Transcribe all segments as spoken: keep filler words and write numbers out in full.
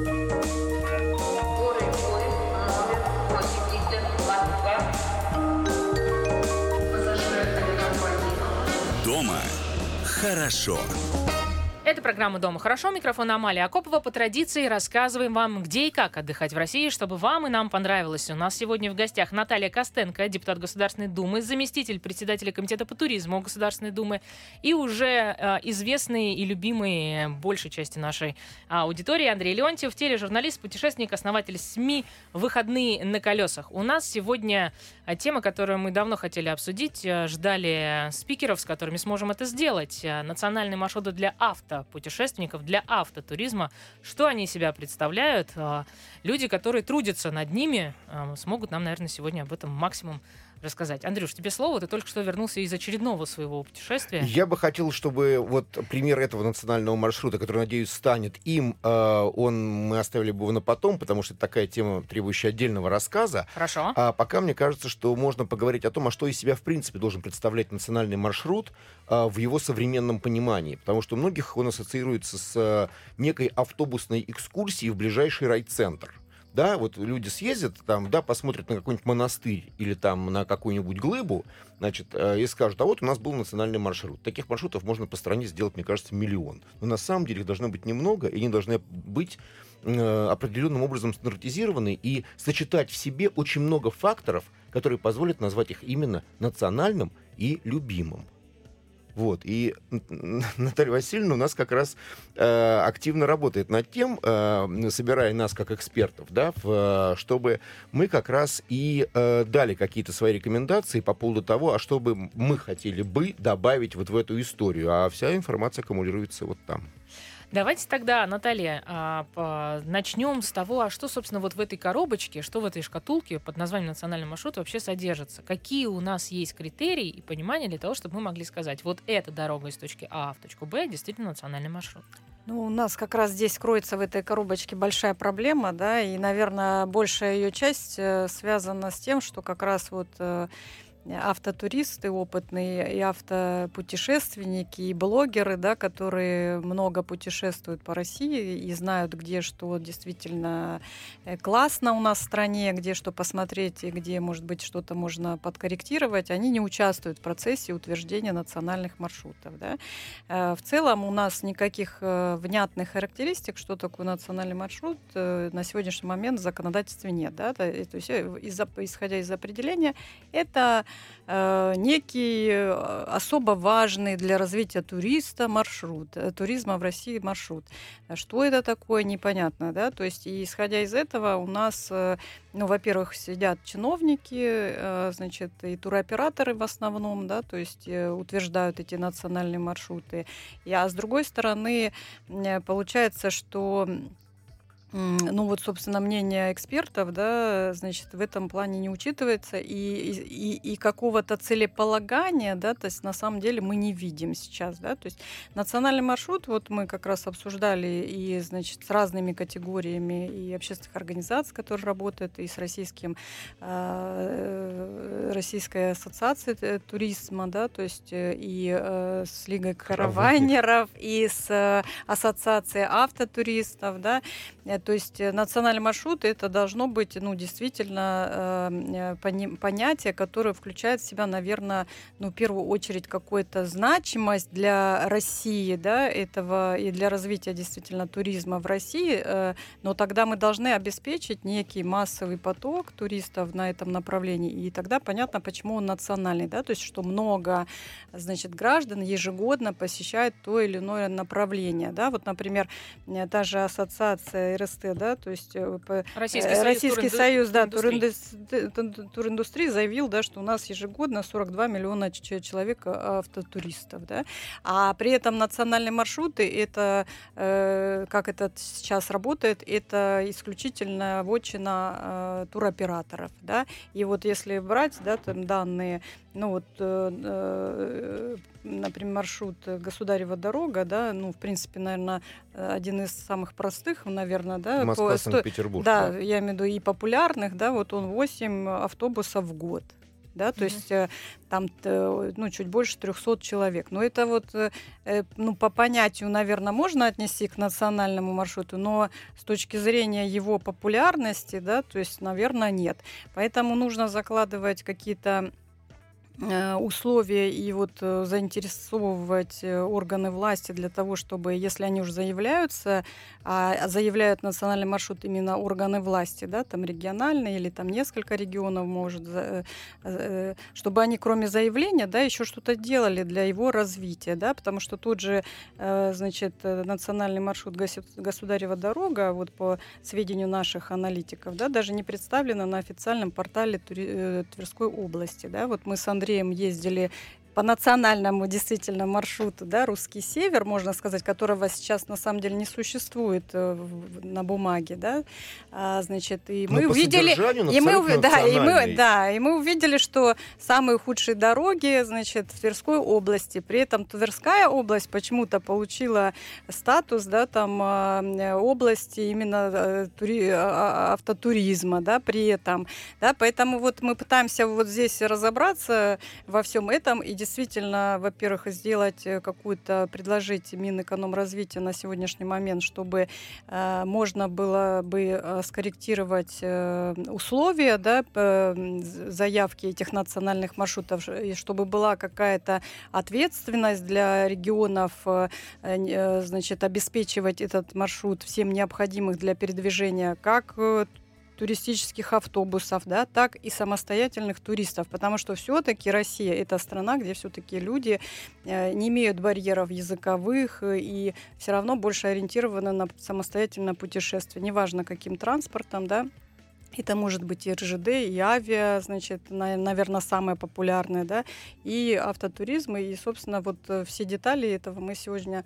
Горы, горы, номер восемьдесят двадцать два. Пассажир авиакомпании. Дома хорошо. Это программа «Дома хорошо». Микрофон Амалия Акопова. По традиции рассказываем вам, где и как отдыхать в России, чтобы вам и нам понравилось. У нас сегодня в гостях Наталья Костенко, депутат Государственной Думы, заместитель председателя Комитета по туризму Государственной Думы и уже э, известный и любимый большей части нашей аудитории Андрей Леонтьев, тележурналист, путешественник, основатель СМИ «Выходные на колесах». У нас сегодня тема, которую мы давно хотели обсудить, ждали спикеров, с которыми сможем это сделать. Национальные маршруты для авто путешественников, для автотуризма. Что они из себя представляют? Люди, которые трудятся над ними, смогут нам, наверное, сегодня об этом максимум рассказать. Андрюш, тебе слово. Ты только что вернулся из очередного своего путешествия. Я бы хотел, чтобы вот пример этого национального маршрута, который, надеюсь, станет им, он, мы оставили бы его на потом, потому что это такая тема, требующая отдельного рассказа. Хорошо. А пока мне кажется, что можно поговорить о том, а что из себя, в принципе, должен представлять национальный маршрут в его современном понимании. Потому что у многих он ассоциируется с некой автобусной экскурсией в ближайший райцентр. Да, вот люди съездят, там, да, посмотрят на какой-нибудь монастырь или там на какую-нибудь глыбу, значит, э, и скажут, а вот у нас был национальный маршрут. Таких маршрутов можно по стране сделать, мне кажется, миллион. Но на самом деле их должно быть немного, и они должны быть э, определенным образом стандартизированы и сочетать в себе очень много факторов, которые позволят назвать их именно национальным и любимым. Вот. И Наталья Васильевна у нас как раз э, активно работает над тем, э, собирая нас как экспертов, да, в, чтобы мы как раз и э, дали какие-то свои рекомендации по поводу того, а что бы мы хотели бы добавить вот в эту историю. А вся информация аккумулируется вот там. Давайте тогда, Наталья, а, по... начнем с того, а что, собственно, вот в этой коробочке, что в этой шкатулке под названием «Национальный маршрут» вообще содержится? Какие у нас есть критерии и понимания для того, чтобы мы могли сказать, вот эта дорога из точки А в точку Б действительно национальный маршрут? Ну, у нас как раз здесь кроется в этой коробочке большая проблема, да, и, наверное, большая ее часть э, связана с тем, что как раз вот э, автотуристы опытные и автопутешественники, и блогеры, да, которые много путешествуют по России и знают, где что действительно классно у нас в стране, где что посмотреть и где, может быть, что-то можно подкорректировать, они не участвуют в процессе утверждения национальных маршрутов. Да. В целом у нас никаких внятных характеристик, что такое национальный маршрут, на сегодняшний момент в законодательстве нет. Да. То есть, исходя из определения, это некий особо важный для развития туриста маршрут, туризма в России маршрут. Что это такое, непонятно, да, то есть, и исходя из этого у нас, ну, во-первых, сидят чиновники, значит, и туроператоры в основном, да, то есть утверждают эти национальные маршруты, а с другой стороны, получается, что ну вот, собственно, мнение экспертов, да, значит, в этом плане не учитывается, и, и, и какого-то целеполагания, да, то есть на самом деле мы не видим сейчас, да, то есть национальный маршрут, вот мы как раз обсуждали и, значит, с разными категориями и общественных организаций, которые работают, и с российским, э, Российской ассоциацией туризма, да, то есть и э, с Лигой караванеров, и с ассоциацией автотуристов, да. То есть национальный маршрут — это должно быть, ну, действительно э, пони- понятие, которое включает в себя, наверное, ну, в первую очередь какую-то значимость для России, да, этого и для развития действительно туризма в России. Э, но тогда мы должны обеспечить некий массовый поток туристов на этом направлении, и тогда понятно, почему он национальный, да, то есть что много, значит, граждан ежегодно посещают то или иное направление, да, вот, например, та же ассоциация эр эс тэ, да, то есть Российский союз, Российский туринду... союз да, туриндустрии. туриндустрии заявил, да, что у нас ежегодно сорок два миллиона человек автотуристов, да, а при этом национальные маршруты, это, э, как это сейчас работает, это исключительно вотчина э, туроператоров, да, и вот если брать, да, там данные, ну вот, э, э, например, маршрут «Государева дорога», да, ну, в принципе, наверное, один из самых простых, наверное, да. Москва-Санкт-Петербург. Да, да, я имею в виду и популярных, да, вот он восемь автобусов в год. да, то Мгм. есть э, там э, ну, чуть больше трехсот человек. Но это вот, э, э, ну, по понятию, наверное, можно отнести к национальному маршруту, но с точки зрения его популярности, да, то есть, наверное, нет. Поэтому нужно закладывать какие-то э, условия и вот э, заинтересовывать э, органы власти для того, чтобы, если они уже заявляются, а а заявляют национальный маршрут именно органы власти, да, там региональные или там несколько регионов, может, за- э, э, чтобы они кроме заявления, да, еще что-то делали для его развития, да, потому что тут же, э, значит, э, национальный маршрут Госу- Государева дорога, вот по сведению наших аналитиков, да, даже не представлена на официальном портале Тури- э, Тверской области, да, вот мы с Андреем ездили по национальному действительно маршруту, да, русский север, можно сказать, которого сейчас на самом деле не существует э, в- на бумаге, да, а, значит, и Но мы по увидели, содержанию он и мы, абсолютно уви- да, и мы, национальный. да, и мы увидели, что самые худшие дороги, значит, в Тверской области, при этом Тверская область почему-то получила статус, да, там а, э, области именно э, тури- а- а- автотуризма, да, при этом, да, поэтому вот мы пытаемся вот здесь разобраться во всем этом и действительно, во-первых, сделать э, какую-то, предложить Минэкономразвития на сегодняшний момент, чтобы э, можно было бы э, скорректировать э, условия, да, п- м, з- заявки этих национальных маршрутов, ш- и чтобы была какая-то ответственность для регионов, э, э, н- э, значит, обеспечивать этот маршрут всем необходимых для передвижения как э, туристических автобусов, да, так и самостоятельных туристов, потому что все-таки Россия — это страна, где все-таки люди э, не имеют барьеров языковых э, и все равно больше ориентированы на самостоятельное путешествие, неважно каким транспортом, да. Это может быть и эр жэ дэ, и авиа, значит, наверное, самое популярное, да, и автотуризм, и, собственно, вот э, все детали этого мы сегодня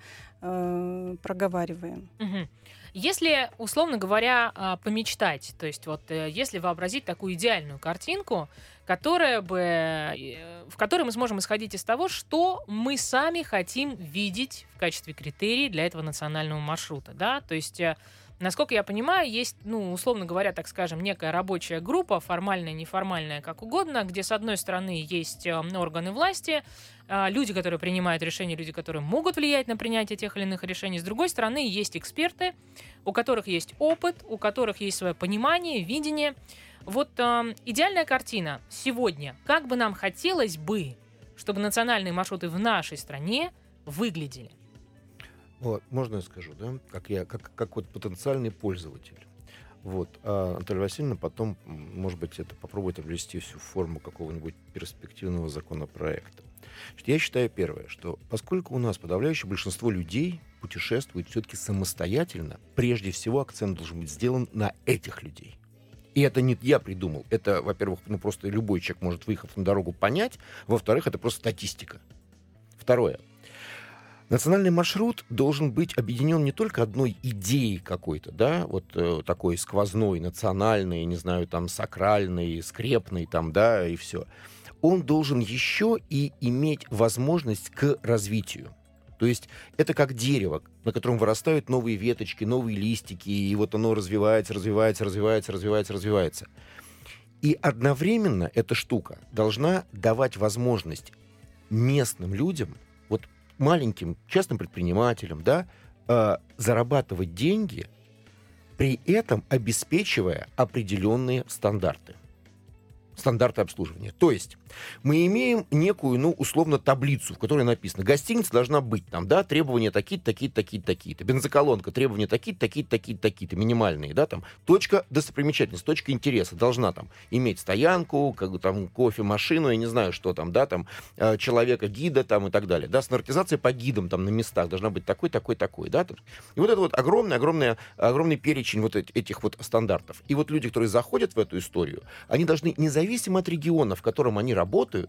э, проговариваем. Мгм. Если, условно говоря, а, помечтать, то есть вот э, если вообразить такую идеальную картинку, которая бы, э, в которой мы сможем исходить из того, что мы сами хотим видеть в качестве критерий для этого национального маршрута, да, то есть э, насколько я понимаю, есть, ну, условно говоря, так скажем, некая рабочая группа, формальная, неформальная, как угодно, где, с одной стороны, есть э, органы власти, э, люди, которые принимают решения, люди, которые могут влиять на принятие тех или иных решений. С другой стороны, есть эксперты, у которых есть опыт, у которых есть свое понимание, видение. Вот э, идеальная картина сегодня. Как бы нам хотелось бы, чтобы национальные маршруты в нашей стране выглядели? Вот, можно я скажу, да, как я, как, как вот потенциальный пользователь. Вот, а Наталья Васильевна потом, м, может быть, это попробует обрести всю форму какого-нибудь перспективного законопроекта. Значит, я считаю первое, что поскольку у нас подавляющее большинство людей путешествует все-таки самостоятельно, прежде всего акцент должен быть сделан на этих людей. И это не я придумал. Это, во-первых, ну просто любой человек может, выехав на дорогу, понять. Во-вторых, это просто статистика. Второе. Национальный маршрут должен быть объединен не только одной идеей какой-то, да, вот э, такой сквозной, национальной, не знаю, там, сакральной, скрепной, там, да, и все. Он должен еще и иметь возможность к развитию. То есть это как дерево, на котором вырастают новые веточки, новые листики, и вот оно развивается, развивается, развивается, развивается, развивается. И одновременно эта штука должна давать возможность местным людям, вот маленьким частным предпринимателям, да, э, зарабатывать деньги, при этом обеспечивая определенные стандарты. Стандарты обслуживания. То есть мы имеем некую, ну, условно, таблицу, в которой написано, гостиница должна быть там, да, требования такие-то, такие-то, такие-то, такие-то. Бензоколонка, требования такие-то, такие-то, такие-то, такие-то, минимальные, да, там. Точка достопримечательности, точка интереса должна там иметь стоянку, как бы там кофемашину, я не знаю, что там, да, там, э, человека, гида там и так далее, да, стандартизация по гидам там на местах должна быть такой, такой, такой, да. Там. И вот это вот огромный, огромный, огромный перечень вот этих вот стандартов. И вот люди, которые заходят в эту историю, они должны независимо от региона, в котором они работают,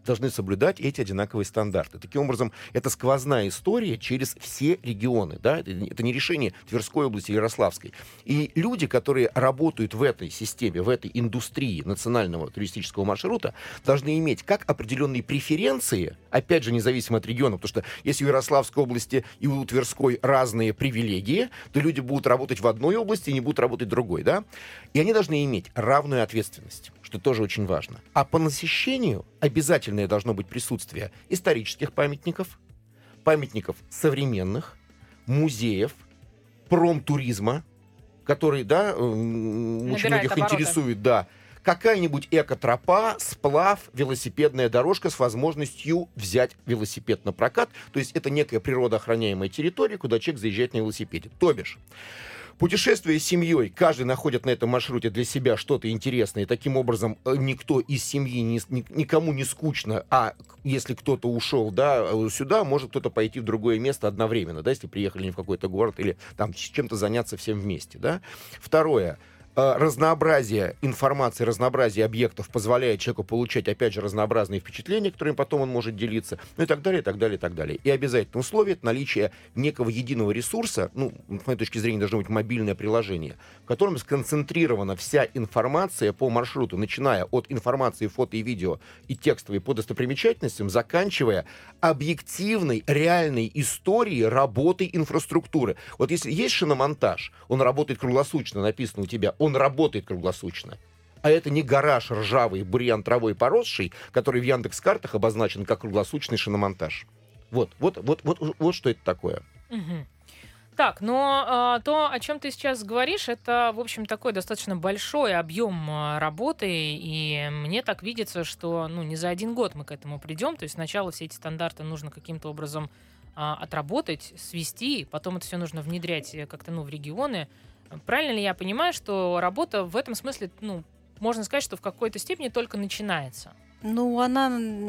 должны соблюдать эти одинаковые стандарты. Таким образом, это сквозная история через все регионы. Да? Это, это не решение Тверской области или Ярославской. И люди, которые работают в этой системе, в этой индустрии национального туристического маршрута, должны иметь как определенные преференции, опять же, независимо от региона, потому что если у Ярославской области и у Тверской разные привилегии, то люди будут работать в одной области и не будут работать в другой. Да? И они должны иметь равную ответственность, что тоже очень важно. А по насыщению обязательное должно быть присутствие исторических памятников, памятников современных, музеев, промтуризма, который, да, очень Набирает многих обороты. интересует, да, какая-нибудь экотропа, сплав, велосипедная дорожка с возможностью взять велосипед на прокат. То есть это некая природоохраняемая территория, куда человек заезжает на велосипеде. То бишь, путешествуя с семьей, каждый находит на этом маршруте для себя что-то интересное, и таким образом никто из семьи, ни, ни, никому не скучно, а если кто-то ушел, да, сюда, может кто-то пойти в другое место одновременно, да, если приехали не в какой-то город, или там чем-то заняться всем вместе, да. Второе. Разнообразие информации, разнообразие объектов позволяет человеку получать, опять же, разнообразные впечатления, которыми потом он может делиться, ну и так далее, и так далее, и так далее. И обязательное условие — это наличие некого единого ресурса, ну, с моей точки зрения, должно быть мобильное приложение, в котором сконцентрирована вся информация по маршруту, начиная от информации, фото и видео и текстовой по достопримечательностям, заканчивая объективной, реальной историей работы инфраструктуры. Вот если есть шиномонтаж, он работает круглосуточно, написано у тебя, он работает круглосуточно. А это не гараж ржавый, бурьян травой поросший, который в Яндекс.Картах обозначен как круглосуточный шиномонтаж. Вот, вот, вот, вот, вот что это такое. Угу. Так, но э, то, о чем ты сейчас говоришь, это, в общем, такой достаточно большой объем э, работы, и мне так видится, что, ну, не за один год мы к этому придем. То есть сначала все эти стандарты нужно каким-то образом э, отработать, свести, потом это все нужно внедрять как-то, ну, в регионы. Правильно ли я понимаю, что работа в этом смысле, ну, можно сказать, что в какой-то степени только начинается? Ну, она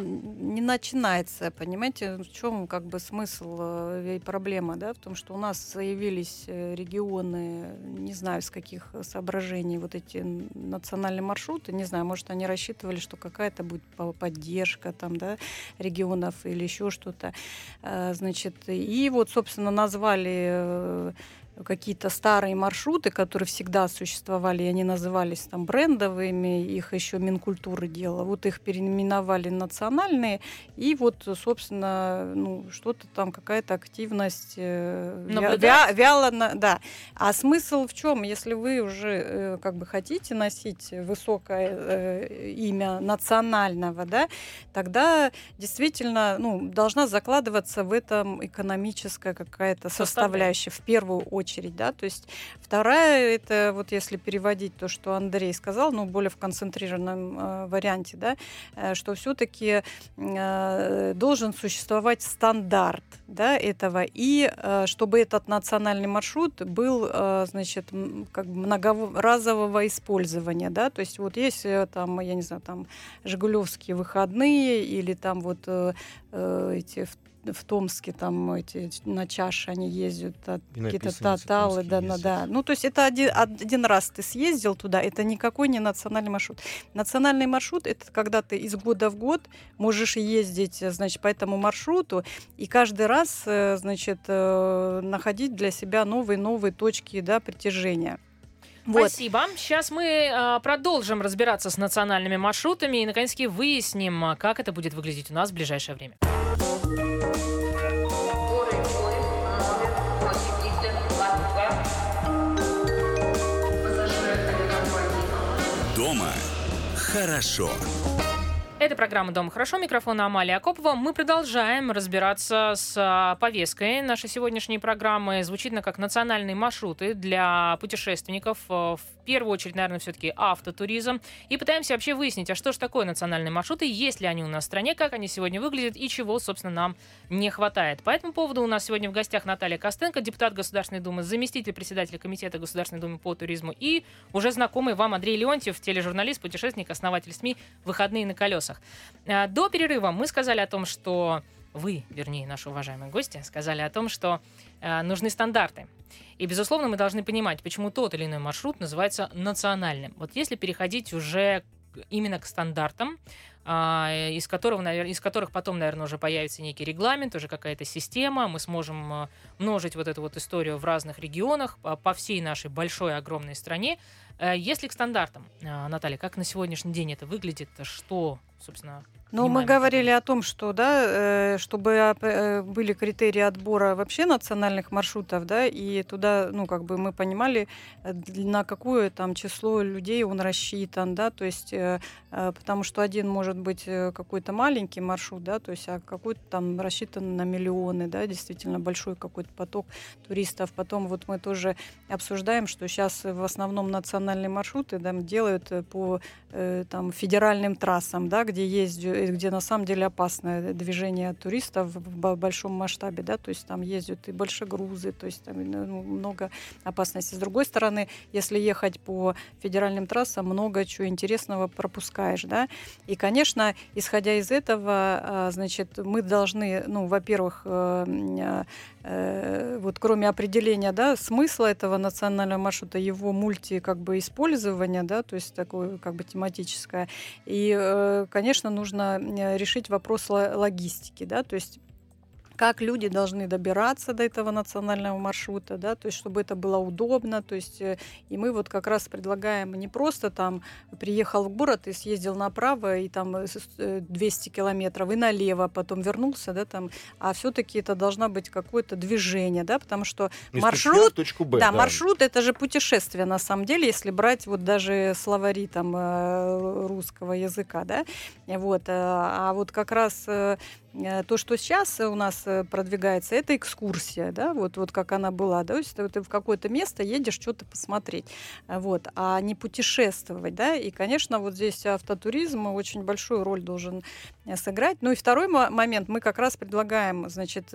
не начинается, понимаете, в чем как бы смысл и проблема, да, в том, что у нас заявились регионы, не знаю, с каких соображений, вот эти национальные маршруты, не знаю, может, они рассчитывали, что какая-то будет поддержка там, да, регионов или еще что-то, значит, и вот, собственно, назвали какие-то старые маршруты, которые всегда существовали, и они назывались там брендовыми, их еще Минкультура делала, вот их переименовали национальные, и вот, собственно, ну, что-то там, какая-то активность вя- вя- вяло, да. А смысл в чем? Если вы уже как бы хотите носить высокое э, имя национального, да, тогда действительно, ну, должна закладываться в этом экономическая какая-то составляющая в первую очередь. Очередь, да, то есть вторая, это вот если переводить то, что Андрей сказал, ну, более в концентрированном э, варианте, да, э, что все-таки э, должен существовать стандарт, да, этого, и э, чтобы этот национальный маршрут был, э, значит, как бы многоразового использования, да, то есть вот есть э, там, я не знаю, там Жигулевские выходные или там вот э, э, эти в Томске там эти на чаше они ездят, какие-то тоталы, да, да, да. Ну, то есть это один, один раз ты съездил туда, это никакой не национальный маршрут. Национальный маршрут — это когда ты из года в год можешь ездить, значит, по этому маршруту и каждый раз, значит, находить для себя новые-новые точки, да, притяжения. Вот. Спасибо. Сейчас мы э, продолжим разбираться с национальными маршрутами и, наконец-таки, выясним, как это будет выглядеть у нас в ближайшее время. Дома хорошо. Это программа «Дома хорошо». Микрофон Амалия Акопова. Мы продолжаем разбираться с повесткой нашей сегодняшней программы. Звучит она как национальные маршруты для путешественников. В первую очередь, наверное, все-таки автотуризм. И пытаемся вообще выяснить, а что же такое национальные маршруты, есть ли они у нас в стране, как они сегодня выглядят и чего, собственно, нам не хватает. По этому поводу у нас сегодня в гостях Наталья Костенко, депутат Государственной Думы, заместитель председателя Комитета Государственной Думы по туризму, и уже знакомый вам Андрей Леонтьев, тележурналист, путешественник, основатель СМИ «Выходные на колесах». До перерыва мы сказали о том, что вы, вернее, наши уважаемые гости, сказали о том, что э, нужны стандарты. И, безусловно, мы должны понимать, почему тот или иной маршрут называется национальным. Вот если переходить уже именно к стандартам, а, из, которого, навер- из которых потом, наверное, уже появится некий регламент, уже какая-то система, мы сможем а, множить вот эту вот историю в разных регионах по, по всей нашей большой, огромной стране. А, если к стандартам, а, Наталья, как на сегодняшний день это выглядит, что, собственно... Ну, мы говорили о том, что, да, чтобы были критерии отбора вообще национальных маршрутов, да, и туда, ну, как бы мы понимали, на какое там число людей он рассчитан, да, то есть, потому что один может быть какой-то маленький маршрут, да, то есть, а какой-то там рассчитан на миллионы, да, действительно большой какой-то поток туристов. Потом вот мы тоже обсуждаем, что сейчас в основном национальные маршруты там делают по там федеральным трассам, да, где есть где на самом деле опасное движение туристов в большом масштабе, да, то есть там ездят и большегрузы, то есть там ну, много опасностей. С другой стороны, если ехать по федеральным трассам, много чего интересного пропускаешь, да, и, конечно, исходя из этого, значит, мы должны, ну, во-первых, вот кроме определения, да, смысла этого национального маршрута, его мульти, как бы, использования, да, то есть такое, как бы, тематическое, и, конечно, нужно решить вопрос логистики, да, то есть как люди должны добираться до этого национального маршрута, да, то есть чтобы это было удобно, то есть и мы вот как раз предлагаем не просто там приехал в город и съездил направо и там двести километров и налево, потом вернулся, да, там, а все-таки это должно быть какое-то движение, да, потому что из маршрут, точки А в точку Б, да, да, маршрут это же путешествие на самом деле, если брать вот даже словари там русского языка, да, вот, а вот как раз то, что сейчас у нас продвигается, это экскурсия, да, вот, вот как она была, да, то есть ты в какое-то место едешь что-то посмотреть, вот, а не путешествовать, да, и, конечно, вот здесь автотуризм очень большую роль должен сыграть. Ну и второй момент, мы как раз предлагаем, значит,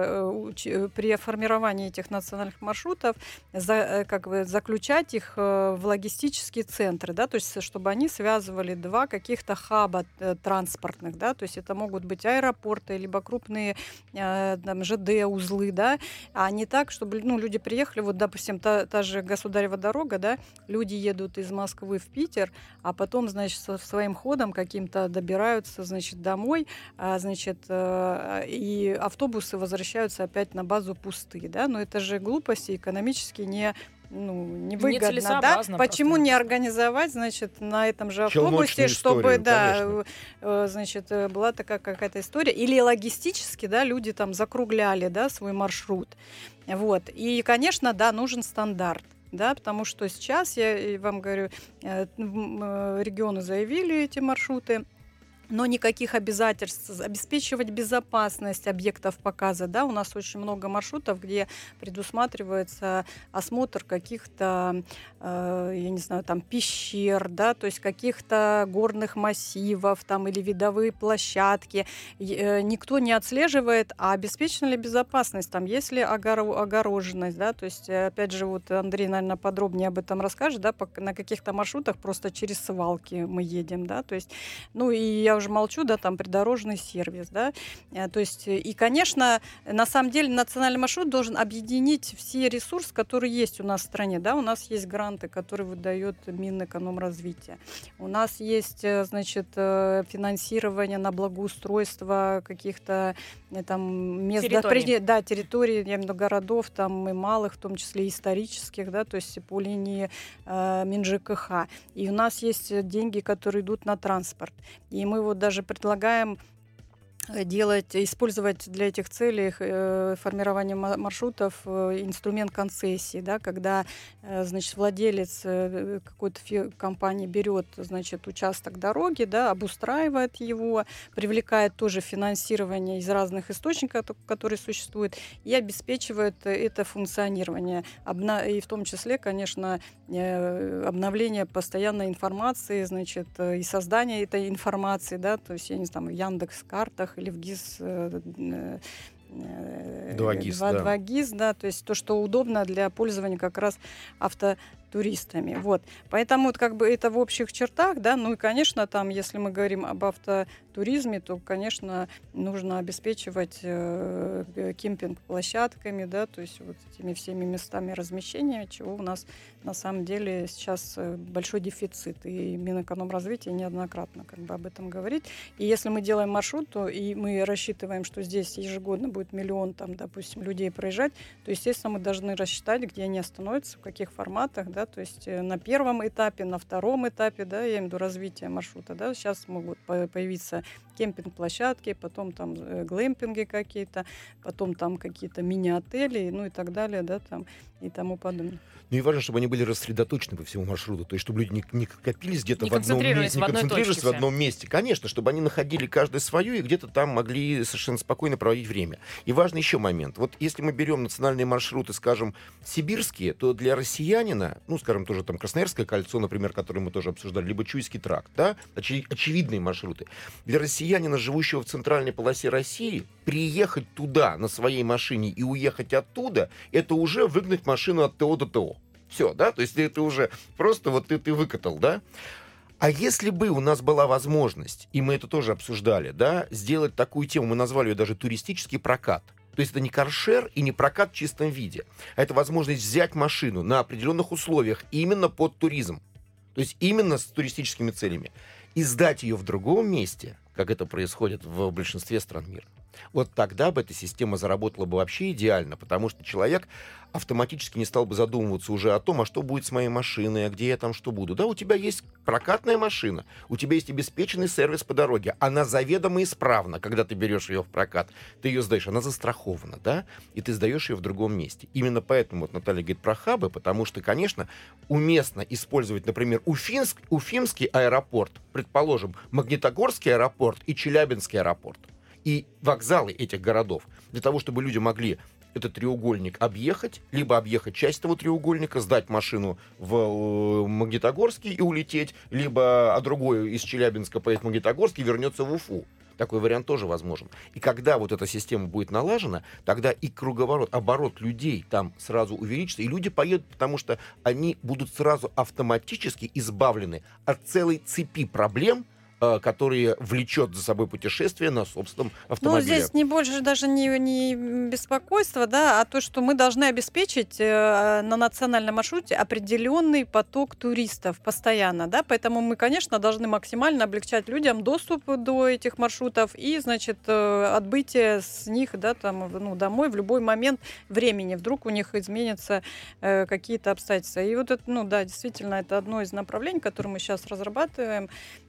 при формировании этих национальных маршрутов за, как бы заключать их в логистические центры, да, то есть чтобы они связывали два каких-то хаба транспортных, да, то есть это могут быть аэропорты, либо крупные там, ЖД-узлы, да, а не так, чтобы, ну, люди приехали, вот, допустим, та, та же Государева дорога, да, люди едут из Москвы в Питер, а потом, значит, со своим ходом каким-то добираются, значит, домой, а, значит, и автобусы возвращаются опять на базу пустые, да, но это же глупости, экономически не ну, невыгодно, да? Почему не организовать, значит, на этом же автобусе, чтобы, историю, да, конечно. Значит, была такая какая-то история, или логистически, да, люди там закругляли, да, свой маршрут, вот, и, конечно, да, нужен стандарт. Да, потому что сейчас, я вам говорю, регионы заявили эти маршруты, но никаких обязательств обеспечивать безопасность объектов показа. Да, у нас очень много маршрутов, где предусматривается осмотр каких-то, э, я не знаю, там пещер, да, то есть каких-то горных массивов там, или видовые площадки. Э, никто не отслеживает, а обеспечена ли безопасность, там, есть ли огоро- огороженность. Да, то есть, опять же, вот Андрей, наверное, подробнее об этом расскажет, да, по, на каких-то маршрутах просто через свалки мы едем. Да, то есть, ну и я уже молчу, да, там придорожный сервис, да, то есть, и, конечно, на самом деле национальный маршрут должен объединить все ресурсы, которые есть у нас в стране, да, у нас есть гранты, которые выдает Минэкономразвития, у нас есть, значит, финансирование на благоустройство каких-то там мест, территории. Да, да, территорий, я имею в виду городов, там и малых, в том числе исторических, да, то есть по линии э, МинЖКХ, и у нас есть деньги, которые идут на транспорт, и мы вот даже предлагаем делать, использовать для этих целей э, формирования маршрутов э, инструмент концессии, да, когда, э, значит, владелец э, какой-то фи- компании берет, значит, участок дороги, да, обустраивает его, привлекает тоже финансирование из разных источников, которые существуют, и обеспечивает это функционирование. Обна- и в том числе, конечно, э, обновление постоянной информации, значит, э, и создание этой информации, да, то есть, я не знаю, в Яндекс.Картах или в ГИС два гис, да. да, то есть то, что удобно для пользования как раз авто туристами. Вот. Поэтому вот как бы это в общих чертах, да, ну и, конечно, там, если мы говорим об автотуризме, то, конечно, нужно обеспечивать э, кемпинг-площадками, да, то есть вот этими всеми местами размещения, чего у нас на самом деле сейчас большой дефицит. И Минэкономразвития неоднократно как бы об этом говорит. И если мы делаем маршрут, то и мы рассчитываем, что здесь ежегодно будет миллион, там, допустим, людей проезжать, то, естественно, мы должны рассчитать, где они остановятся, в каких форматах, да, то есть на первом этапе, на втором этапе, да, я имею в виду развитие маршрута, да, сейчас могут появиться кемпинг-площадки, потом там глэмпинги какие-то, потом там какие-то мини-отели, ну и так далее, да, там и тому подобное. Ну и важно, чтобы они были рассредоточены по всему маршруту, то есть чтобы люди не, не копились где-то Не в одном месте, концентрировались в не одной концентрировались точке в одном месте. Конечно, чтобы они находили каждое свое и где-то там могли совершенно спокойно проводить время. И важный еще момент. Вот если мы берем национальные маршруты, скажем, сибирские, то для россиянина, ну, скажем, тоже там Красноярское кольцо, например, которое мы тоже обсуждали, либо Чуйский тракт, да, очи- очевидные маршруты. Для россиянина, живущего в центральной полосе России, приехать туда на своей машине и уехать оттуда, это уже выгнать машину от ТО до ТО. Все, да, то есть это уже просто вот ты, ты выкатал, да. А если бы у нас была возможность, и мы это тоже обсуждали, да, сделать такую тему, мы назвали ее даже туристический прокат. То есть это не каршер и не прокат в чистом виде, а это возможность взять машину на определенных условиях именно под туризм, то есть именно с туристическими целями, и сдать ее в другом месте, как это происходит в большинстве стран мира. Вот тогда бы эта система заработала бы вообще идеально, потому что человек автоматически не стал бы задумываться уже о том, а что будет с моей машиной, а где я там что буду. Да, у тебя есть прокатная машина, у тебя есть обеспеченный сервис по дороге, она заведомо исправна, когда ты берешь ее в прокат, ты ее сдаешь, она застрахована, да, и ты сдаешь ее в другом месте. Именно поэтому вот Наталья говорит про хабы, потому что, конечно, уместно использовать, например, Уфимск, Уфимский аэропорт, предположим, Магнитогорский аэропорт и Челябинский аэропорт, и вокзалы этих городов, для того, чтобы люди могли этот треугольник объехать, либо объехать часть этого треугольника, сдать машину в Магнитогорский и улететь, либо а другой из Челябинска поедет в Магнитогорск и вернется в Уфу. Такой вариант тоже возможен. И когда вот эта система будет налажена, тогда и круговорот, оборот людей там сразу увеличится, и люди поедут, потому что они будут сразу автоматически избавлены от целой цепи проблем, которые влечет за собой путешествие на собственном автомобиле. Ну, здесь не больше даже не, не беспокойство, да, а то, что мы должны обеспечить э, на национальном маршруте определенный поток туристов постоянно, да, поэтому мы, конечно, должны максимально облегчать людям доступ до этих маршрутов и, значит, э, отбытие с них, да, там, ну, домой в любой момент времени. Вдруг у них изменятся э, какие-то обстоятельства. И вот это, ну, да, действительно, это одно из направлений, которое мы сейчас разрабатываем.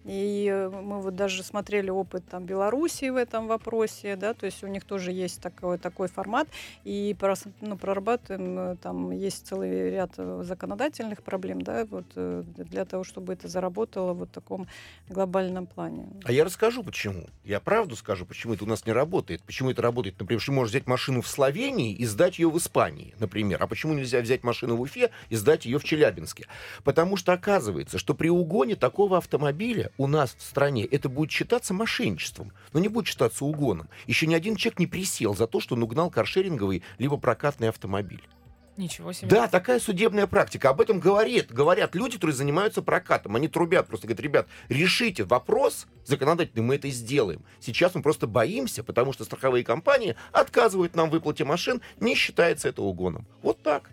И мы вот даже смотрели опыт там Белоруссии в этом вопросе, да, то есть у них тоже есть такой, такой формат, и ну, прорабатываем, там есть целый ряд законодательных проблем, да, вот для того, чтобы это заработало вот в таком глобальном плане. А я расскажу, почему. Я правду скажу, почему это у нас не работает. Почему это работает, например, что можешь взять машину в Словении и сдать ее в Испании, например. А почему нельзя взять машину в Уфе и сдать ее в Челябинске? Потому что оказывается, что при угоне такого автомобиля у нас в стране это будет считаться мошенничеством, но не будет считаться угоном. Еще ни один человек не присел за то, что он угнал каршеринговый либо прокатный автомобиль. Ничего себе. Да, такая судебная практика. Об этом говорит, говорят люди, которые занимаются прокатом. Они трубят, просто говорят, ребят, решите вопрос законодательный, мы это сделаем. Сейчас мы просто боимся, потому что страховые компании отказывают нам в выплате машин, не считается это угоном. Вот так.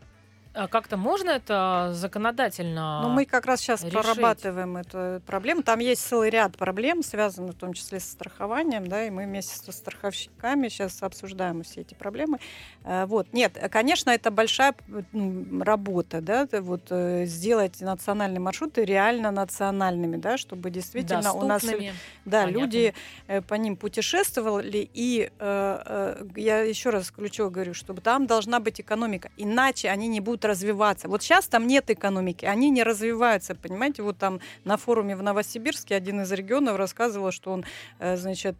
А как-то можно это законодательно Ну, мы как раз сейчас решить? прорабатываем эту проблему. Там есть целый ряд проблем, связанных в том числе со страхованием, да, и мы вместе со страховщиками сейчас обсуждаем все эти проблемы. Вот. Нет, конечно, это большая ну, работа, да, вот, сделать национальные маршруты реально национальными, да, чтобы действительно доступными, у нас да, понятно. люди по ним путешествовали, и э, я еще раз ключево говорю, чтобы там должна быть экономика, иначе они не будут развиваться. Вот сейчас там нет экономики, они не развиваются, понимаете? Вот там на форуме в Новосибирске один из регионов рассказывал, что он, значит,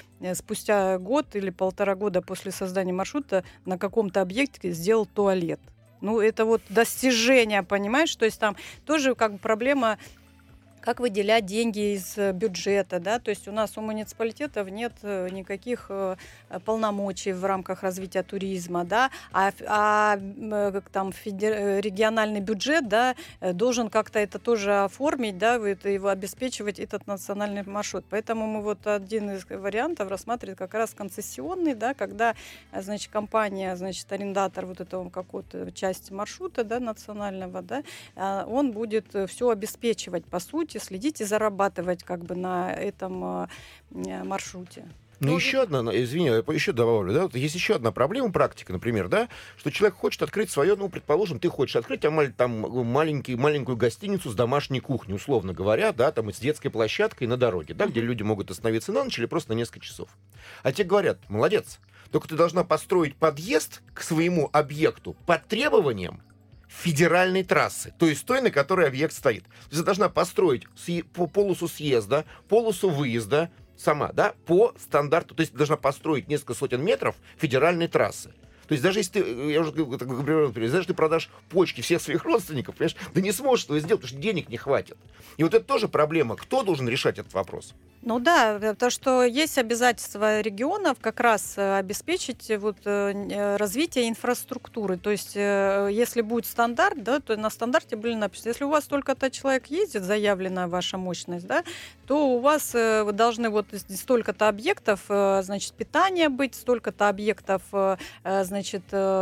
спустя год или полтора года после создания маршрута на каком-то объекте сделал туалет. Ну, это вот достижение, понимаешь? То есть там тоже как бы проблема как выделять деньги из бюджета, да, то есть у нас у муниципалитетов нет никаких э, полномочий в рамках развития туризма, да, а, а э, там федер... региональный бюджет, да, должен как-то это тоже оформить, да, это, его обеспечивать этот национальный маршрут. Поэтому мы вот один из вариантов рассматриваем как раз концессионный, да, когда, значит, компания, значит, арендатор вот этого какой-то части маршрута, да, национального, да, он будет все обеспечивать, по сути, следить и зарабатывать как бы на этом э, маршруте. Ну, еще одна, извини, я еще добавлю, да, вот есть еще одна проблема, практика, например, да, что человек хочет открыть свое, ну, предположим, ты хочешь открыть там, там маленький, маленькую гостиницу с домашней кухней, условно говоря, да, там, с детской площадкой на дороге, да, где люди могут остановиться на ночь или просто на несколько часов. А тебе говорят, молодец, только ты должна построить подъезд к своему объекту по требованиям федеральной трассы, то есть той, на которой объект стоит. То есть ты должна построить полосу съезда, полосу выезда сама, да, по стандарту. То есть ты должна построить несколько сотен метров федеральной трассы. То есть даже если ты, я уже говорю, даже если ты продашь почки всех своих родственников, понимаешь, ты не сможешь этого сделать, потому что денег не хватит. И вот это тоже проблема. Кто должен решать этот вопрос? Ну да, потому что есть обязательства регионов как раз обеспечить вот развитие инфраструктуры. То есть если будет стандарт, да, то на стандарте были написано, если у вас столько-то человек ездит, заявленная ваша мощность, да, то у вас вы должны вот столько-то объектов, значит, питания быть, столько-то объектов, значит,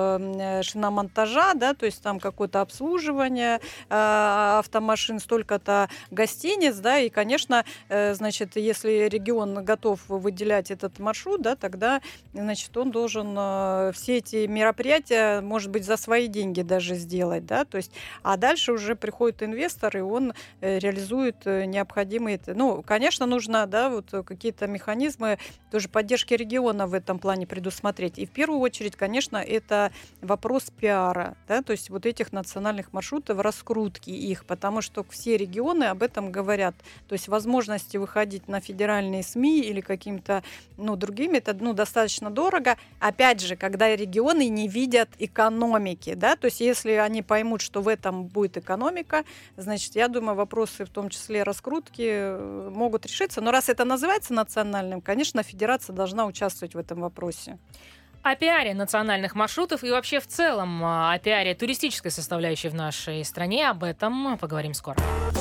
шиномонтажа, да, то есть там какое-то обслуживание автомашин, столько-то гостиниц, да, и, конечно, значит, если регион готов выделять этот маршрут, да, тогда, значит, он должен э, все эти мероприятия, может быть, за свои деньги даже сделать, да, то есть, а дальше уже приходит инвестор, и он э, реализует э, необходимые, ну, конечно, нужно, да, вот какие-то механизмы тоже поддержки региона в этом плане предусмотреть. И в первую очередь, конечно, это вопрос пиара, да, то есть вот этих национальных маршрутов, раскрутки их, потому что все регионы об этом говорят, то есть возможности выходить на федеральные СМИ или каким-то, ну, другими, это, ну, достаточно дорого. Опять же, когда регионы не видят экономики, да, то есть если они поймут, что в этом будет экономика, значит, я думаю, вопросы, в том числе раскрутки, могут решиться. Но раз это называется национальным, конечно, федерация должна участвовать в этом вопросе. О пиаре национальных маршрутов и вообще в целом о пиаре туристической составляющей в нашей стране, об этом поговорим скоро.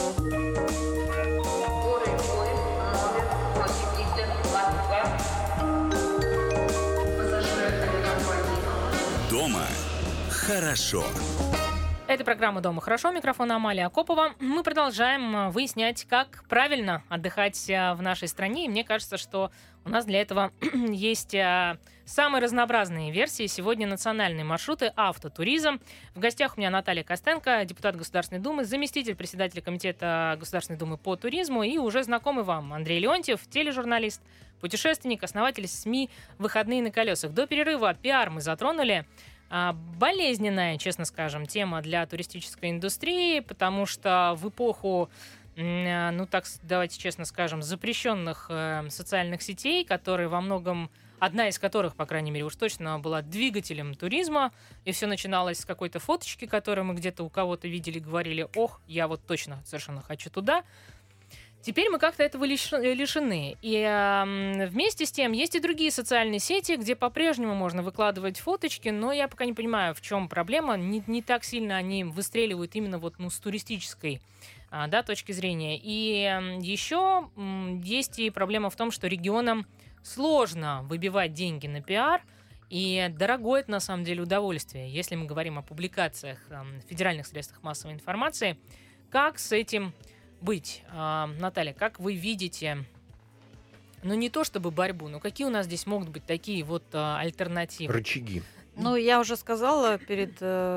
Дома хорошо. Это программа «Дома хорошо». Микрофон Амалия Акопова. Мы продолжаем выяснять, как правильно отдыхать в нашей стране. И мне кажется, что у нас для этого есть самые разнообразные версии. Сегодня национальные маршруты, автотуризм. В гостях у меня Наталья Костенко, депутат Государственной Думы, заместитель председателя Комитета Государственной Думы по туризму и уже знакомый вам Андрей Леонтьев, тележурналист, путешественник, основатель СМИ «Выходные на колесах». До перерыва пиар мы затронули. Болезненная, честно скажем, тема для туристической индустрии, потому что в эпоху, ну так давайте честно скажем, запрещенных э, социальных сетей, которые во многом, одна из которых, по крайней мере, уж точно была двигателем туризма, и все начиналось с какой-то фоточки, которую мы где-то у кого-то видели, говорили: ох, я вот точно совершенно хочу туда. Теперь мы как-то этого лишены. И э, вместе с тем есть и другие социальные сети, где по-прежнему можно выкладывать фоточки, но я пока не понимаю, в чем проблема. Не, не так сильно они выстреливают именно вот, ну, с туристической а, да, точки зрения. И э, еще э, есть и проблема в том, что регионам сложно выбивать деньги на пиар, и дорогое это на самом деле удовольствие, если мы говорим о публикациях э, в федеральных средствах массовой информации. Как с этим быть? А, Наталья, как вы видите, ну не то чтобы борьбу, но какие у нас здесь могут быть такие вот а, альтернативы? Рычаги. Ну, я уже сказала перед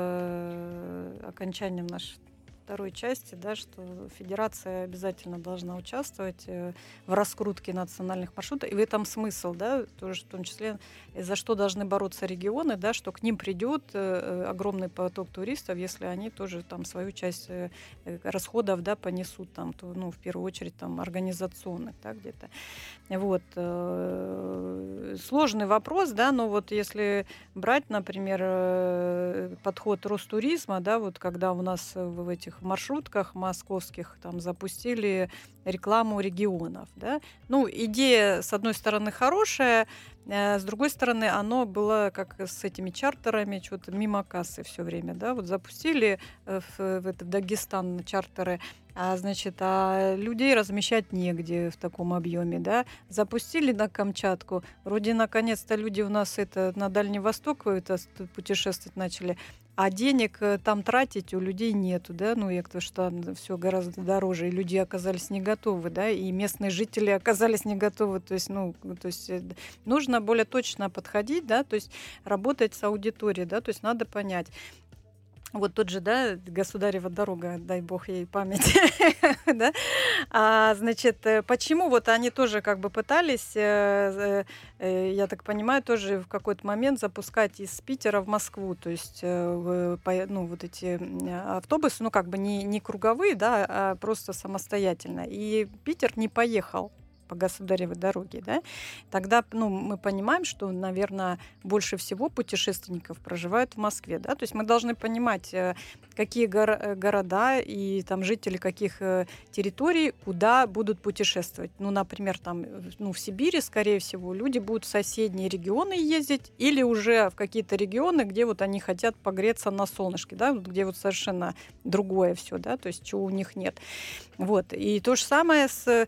э, окончанием нашей второй части, да, что федерация обязательно должна участвовать э, в раскрутке национальных маршрутов. И в этом смысл, да, тоже в том числе, за что должны бороться регионы, да, что к ним придет э, огромный поток туристов, если они тоже там свою часть э, расходов, да, понесут, там, то, ну, в первую очередь там организационных, да, где-то. Вот. Э, сложный вопрос, да, но вот если брать, например, э, подход Ростуризма, да, вот когда у нас в этих всех маршрутках московских там запустили рекламу регионов. Да? Ну, идея, с одной стороны, хорошая, с другой стороны, оно было как с этими чартерами, что-то мимо кассы все время. Да? Вот запустили в, в, в Дагестан чартеры, а, значит, а людей размещать негде в таком объеме. Да? Запустили на Камчатку. Вроде, наконец-то, люди у нас это, на Дальний Восток это, путешествовать начали. А денег там тратить у людей нету, да, ну, и потому что там все гораздо дороже, и люди оказались не готовы, да, и местные жители оказались не готовы, то есть, ну, то есть нужно более точно подходить, да, то есть работать с аудиторией, да, то есть надо понять. Вот тот же, да, Государева дорога, дай бог ей память, да, а, значит, почему вот они тоже как бы пытались, я так понимаю, тоже в какой-то момент запускать из Питера в Москву, то есть, ну, вот эти автобусы, ну, как бы не, не круговые, да, а просто самостоятельно, и Питер не поехал по Государевой дороге, да, тогда, ну, мы понимаем, что, наверное, больше всего путешественников проживают в Москве, да, то есть мы должны понимать, какие горо- города и там жители каких территорий куда будут путешествовать. Ну, например, там, ну, в Сибири, скорее всего, люди будут в соседние регионы ездить или уже в какие-то регионы, где вот они хотят погреться на солнышке, да, где вот совершенно другое все, да, то есть чего у них нет. Вот. И то же самое с,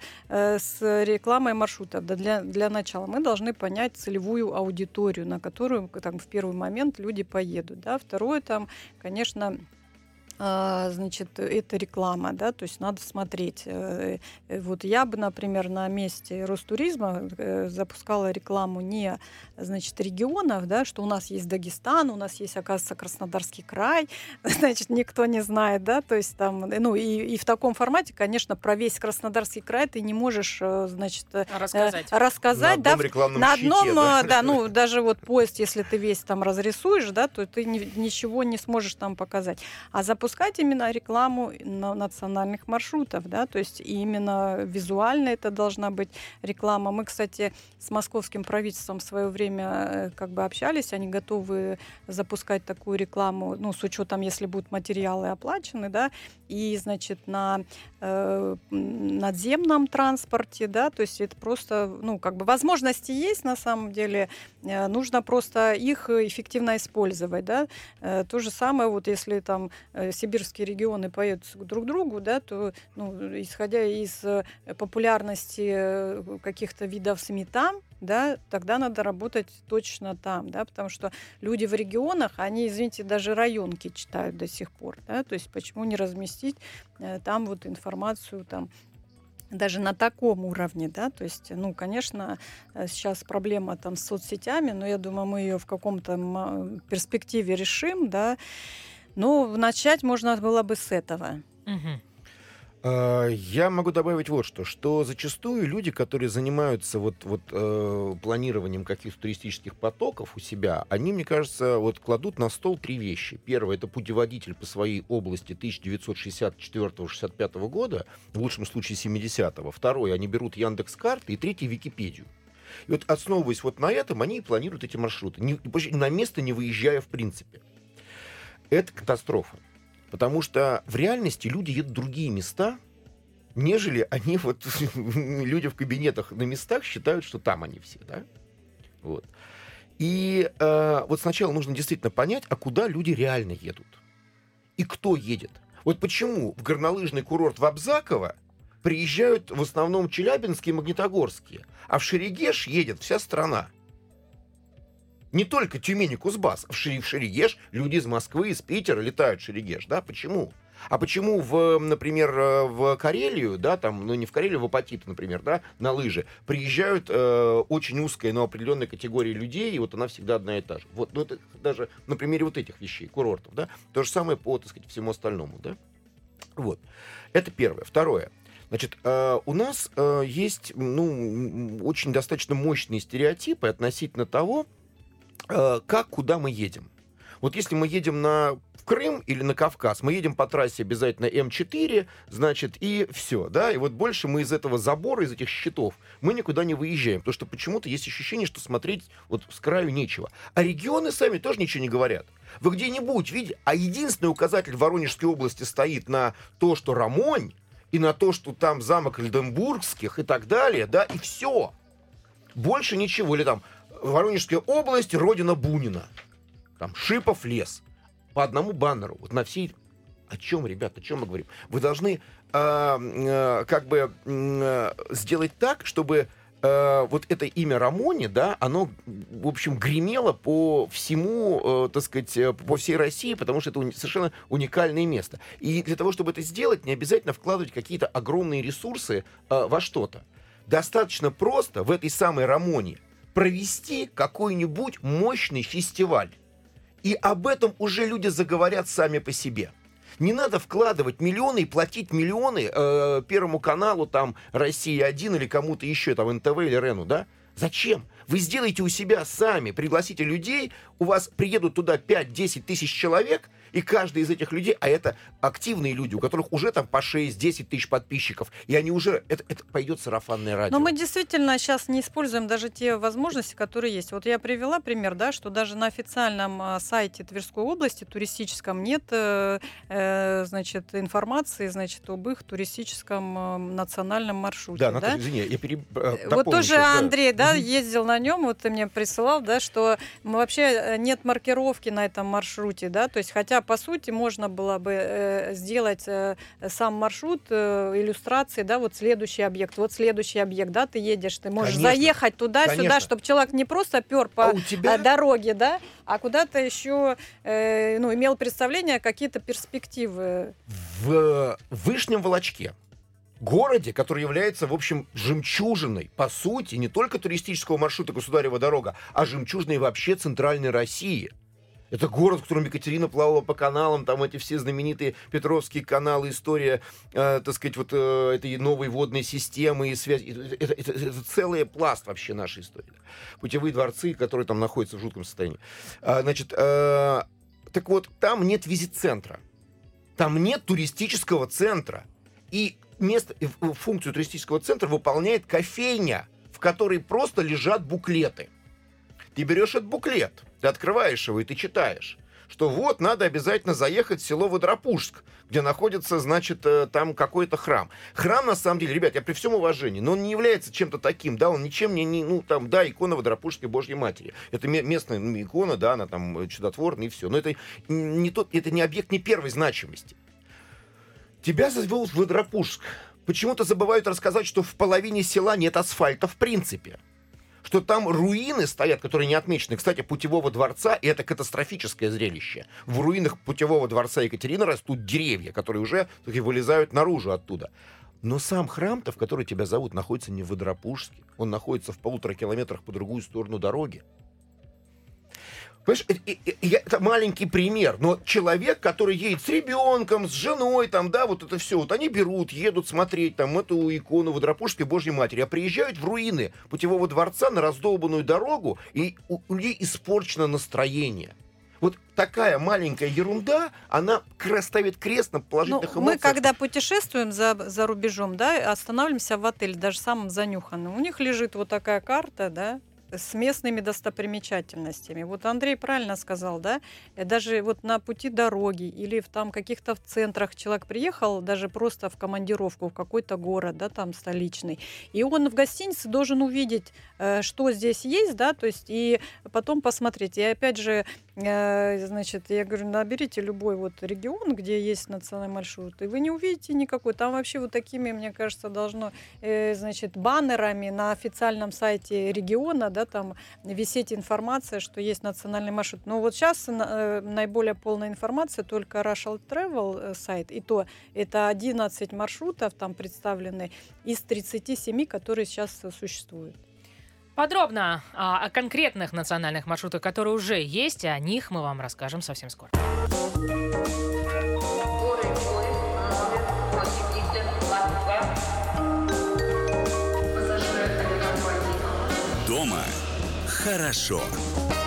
с рекламой маршрутов. Да, для, для начала мы должны понять целевую аудиторию, на которую там, в первый момент люди поедут. Да. Второе, там, конечно, значит, это реклама, да, то есть надо смотреть. Вот я бы, например, на месте Ростуризма запускала рекламу не, значит, регионов, да, что у нас есть Дагестан, у нас есть, оказывается, Краснодарский край, значит, никто не знает, да, то есть там, ну, и, и в таком формате, конечно, про весь Краснодарский край ты не можешь, значит, рассказать, рассказать на да, одном рекламном на одном, щите, да? да, ну, даже вот поезд, если ты весь там разрисуешь, да, то ты ни, ничего не сможешь там показать. А запускать именно рекламу на национальных маршрутов, да, то есть именно визуально это должна быть реклама. Мы, кстати, с московским правительством в свое время как бы общались, они готовы запускать такую рекламу, ну, с учетом, если будут материалы оплачены, да, и, значит, на э, надземном транспорте, да, то есть это просто, ну, как бы возможности есть на самом деле, э, нужно просто их эффективно использовать, да. Э, то же самое, вот если там э, сибирские регионы поедут друг к другу, да, то, ну, исходя из популярности каких-то видов сметан, да, тогда надо работать точно там, да, потому что люди в регионах, они, извините, даже районки читают до сих пор, да, то есть почему не разместить э, там вот информацию там даже на таком уровне, да, то есть, ну, конечно, сейчас проблема там с соцсетями, но я думаю, мы ее в каком-то перспективе решим, да. Ну, начать можно было бы с этого. Угу. Я могу добавить вот что, что зачастую люди, которые занимаются вот, вот, э, планированием каких-то туристических потоков у себя, они, мне кажется, вот кладут на стол три вещи. Первое — это путеводитель по своей области тысяча девятьсот шестьдесят четвёртого — шестьдесят пятого года, в лучшем случае семидесятого. Второе — они берут Яндекс.Карты. И третье — Википедию. И вот, основываясь вот на этом, они и планируют эти маршруты, не, на место не выезжая в принципе. Это катастрофа. Потому что в реальности люди едут в другие места, нежели они, вот, люди в кабинетах на местах считают, что там они все, да? Вот. И э, вот сначала нужно действительно понять, а куда люди реально едут. И кто едет. Вот почему в горнолыжный курорт в Абзаково приезжают в основном челябинские и магнитогорские, а в Шерегеш едет вся страна. Не только Тюмень и Кузбасс. В Шерегеш люди из Москвы, из Питера летают в Шерегеш, да? Почему? А почему, в, например, в Карелию, да, там, ну не в Карелию, в Апатиты, например, да, на лыжи, приезжают э, очень узкая, но определенная категория людей, и вот она всегда одна и та же. Вот, ну это даже на примере вот этих вещей, курортов, да. То же самое по, так сказать, всему остальному, да. Вот. Это первое. Второе. Значит, э, у нас э, есть, ну, очень достаточно мощные стереотипы относительно того, как, куда мы едем. Вот если мы едем на в Крым или на Кавказ, мы едем по трассе обязательно эм четыре, значит, и все, да, и вот больше мы из этого забора, из этих щитов, мы никуда не выезжаем, потому что почему-то есть ощущение, что смотреть вот с краю нечего. А регионы сами тоже ничего не говорят. Вы где-нибудь видите, а единственный указатель в Воронежской области стоит на то, что Рамонь, и на то, что там замок Эльденбургских и так далее, да, и все. Больше ничего. Или там Воронежская область, родина Бунина. Там Шипов лес. По одному баннеру. Вот на всей... О чем, ребята, о чем мы говорим? Вы должны э, э, как бы э, сделать так, чтобы э, вот это имя Рамони, да, оно, в общем, гремело по всему, э, так сказать, по всей России, потому что это уни- совершенно уникальное место. И для того, чтобы это сделать, не обязательно вкладывать какие-то огромные ресурсы э, во что-то. Достаточно просто в этой самой Рамоне провести какой-нибудь мощный фестиваль. И об этом уже люди заговорят сами по себе. Не надо вкладывать миллионы и платить миллионы э, Первому каналу, там, Россия один или кому-то еще, там, эн тэ вэ или Рену, да? Зачем? Вы сделаете у себя сами, пригласите людей, у вас приедут туда пять-десять тысяч человек, и каждый из этих людей, а это активные люди, у которых уже там по шесть-десять тысяч подписчиков, и они уже, это, это пойдет сарафанное радио. Но мы действительно сейчас не используем даже те возможности, которые есть. Вот я привела пример, да, что даже на официальном сайте Тверской области, туристическом, нет э, э, значит, информации, значит, об их туристическом э, национальном маршруте. Да, да? Наталья, извини, я пере... Вот тоже сейчас, Андрей, да, да, ездил на нем, вот ты мне присылал, да, что вообще нет маркировки на этом маршруте, да, то есть хотя по сути можно было бы э, сделать э, сам маршрут, э, иллюстрации, да, вот следующий объект, вот следующий объект, да, ты едешь, ты можешь Конечно. заехать туда-сюда, Конечно. чтобы человек не просто пер по А у тебя... дороге, да, а куда-то еще, э, ну, имел представление, какие-то перспективы. В Вышнем Волочке, городе, который является, в общем, жемчужиной, по сути, не только туристического маршрута «Государева дорога», а жемчужиной вообще центральной России. Это город, в котором Екатерина плавала по каналам, там эти все знаменитые Петровские каналы, история, э, так сказать, вот э, этой новой водной системы и связь. Это, это, это целый пласт вообще нашей истории. Путевые дворцы, которые там находятся в жутком состоянии. А, значит, э, так вот, там нет визит-центра. Там нет туристического центра. И место, функцию туристического центра выполняет кофейня, в которой просто лежат буклеты. Ты берешь этот буклет, ты открываешь его и ты читаешь, что вот надо обязательно заехать в село Водропужск, где находится, значит, там какой-то храм. Храм, на самом деле, ребят, я при всем уважении, но он не является чем-то таким, да, он ничем не, не ну, там, да, икона Водропужской Божьей Матери. Это местная ну, икона, да, она там чудотворная и все. Но это не, тот, это не объект не первой значимости. Тебя зовут в Водропужск. Почему-то забывают рассказать, что в половине села нет асфальта в принципе. Что там руины стоят, которые не отмечены. Кстати, путевого дворца, и это катастрофическое зрелище. В руинах путевого дворца Екатерины растут деревья, которые уже таки вылезают наружу оттуда. Но сам храм-то, в который тебя зовут, находится не в Водропужске. Он находится в полутора километрах по другую сторону дороги. Понимаешь, это, это маленький пример, но человек, который едет с ребенком, с женой, там, да, вот это все, вот они берут, едут смотреть там эту икону Водропужской Божьей Матери, а приезжают в руины путевого дворца на раздолбанную дорогу, и у людей испорчено настроение. Вот такая маленькая ерунда, она ставит крест на положительных ну, эмоциях. Мы, когда путешествуем за, за рубежом, да, останавливаемся в отеле, даже самым занюханным, у них лежит вот такая карта, да, с местными достопримечательностями. Вот Андрей правильно сказал, да, даже вот на пути дороги или в там каких-то в центрах человек приехал, даже просто в командировку в какой-то город, да, там столичный, и он в гостинице должен увидеть, что здесь есть, да, то есть и потом посмотреть. И опять же, значит, я говорю, наберите любой вот регион, где есть национальный маршрут, и вы не увидите никакой. Там вообще вот такими, мне кажется, должно, значит, баннерами на официальном сайте региона, да, там висеть информация, что есть национальный маршрут. Но вот сейчас э, наиболее полная информация только Russian Travel сайт, и то это одиннадцать маршрутов там представлены из тридцати семи, которые сейчас существуют. Подробно а, о конкретных национальных маршрутах, которые уже есть, о них мы вам расскажем совсем скоро. Дома хорошо.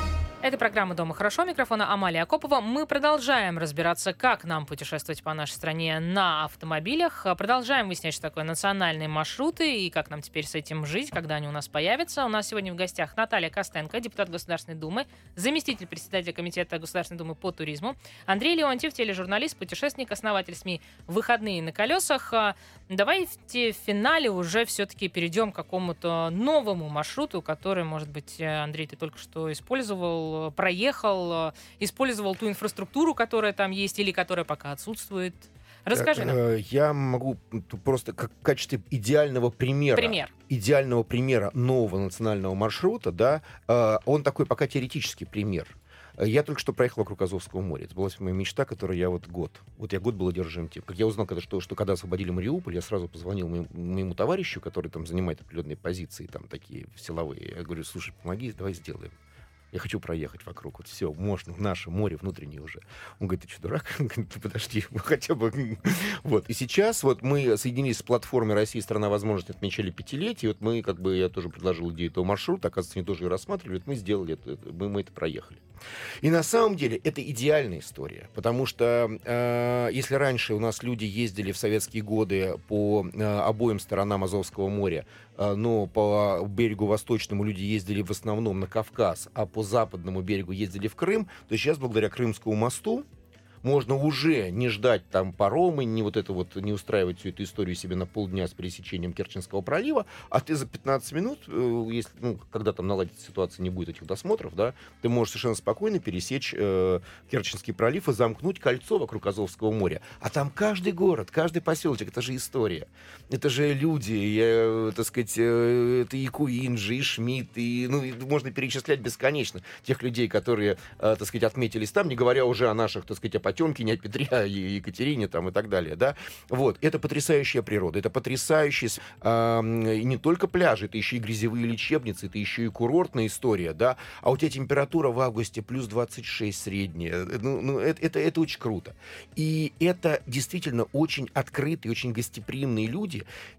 Это программа «Дома хорошо». Микрофона Амалия Акопова. Мы продолжаем разбираться, как нам путешествовать по нашей стране на автомобилях. Продолжаем выяснять, что такое национальные маршруты и как нам теперь с этим жить, когда они у нас появятся. У нас сегодня в гостях Наталья Костенко, депутат Государственной Думы, заместитель председателя Комитета Государственной Думы по туризму, Андрей Леонтьев, тележурналист, путешественник, основатель СМИ «Выходные на колесах». Давайте в финале уже все-таки перейдем к какому-то новому маршруту, который, может быть, Андрей, ты только что использовал, проехал, использовал ту инфраструктуру, которая там есть или которая пока отсутствует. Расскажи нам. Я могу просто как в качестве идеального примера, Пример. идеального примера нового национального маршрута, да, он такой пока теоретический пример. Я только что проехал вокруг Азовского моря. Это была моя мечта, которую я вот год. Вот я год был одержим тем. Как я узнал, когда, что, что когда освободили Мариуполь, я сразу позвонил моему, моему товарищу, который там занимает определенные позиции, там такие силовые. Я говорю, слушай, помоги, давай сделаем. Я хочу проехать вокруг. Вот все, можно, наше море внутреннее уже. Он говорит, ты что, дурак? Он говорит, подожди, хотя бы... Вот. И сейчас вот мы соединились с платформой «Россия. Страна возможностей», отмечали пятилетие. Вот мы, как бы, я тоже предложил идею этого маршрута. Оказывается, они тоже ее рассматривали. Вот мы сделали это, мы, мы это проехали. И на самом деле это идеальная история. Потому что э, если раньше у нас люди ездили в советские годы по э, обоим сторонам Азовского моря, э, но по берегу восточному люди ездили в основном на Кавказ, а по западному берегу ездили в Крым, то сейчас благодаря Крымскому мосту можно уже не ждать там паромы, не вот это вот, не устраивать всю эту историю себе на полдня с пересечением Керченского пролива, а ты за пятнадцать минут, если, ну, когда там наладится ситуация, не будет этих досмотров, да, ты можешь совершенно спокойно пересечь э, Керченский пролив и замкнуть кольцо вокруг Азовского моря. А там каждый город, каждый поселочек, это же история. Это же люди, я, так сказать, э, это и Куинджи, и Шмидт, и, ну, и можно перечислять бесконечно тех людей, которые, э, так сказать, отметились там, не говоря уже о наших, так сказать, о Потемкине, о Петре, о Екатерине там, и так далее. Да? Вот. Это потрясающая природа, это потрясающие э, не только пляжи, это еще и грязевые лечебницы, это еще и курортная история. Да? А у тебя температура в августе плюс двадцать шесть средняя. Ну, ну, это, это, это очень круто. И это действительно очень открытые, очень гостеприимные люди.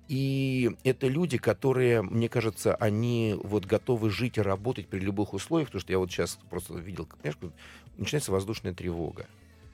И это люди, которые, мне кажется, они вот готовы жить и работать при любых условиях, потому что я вот сейчас просто видел, понимаешь, начинается воздушная тревога.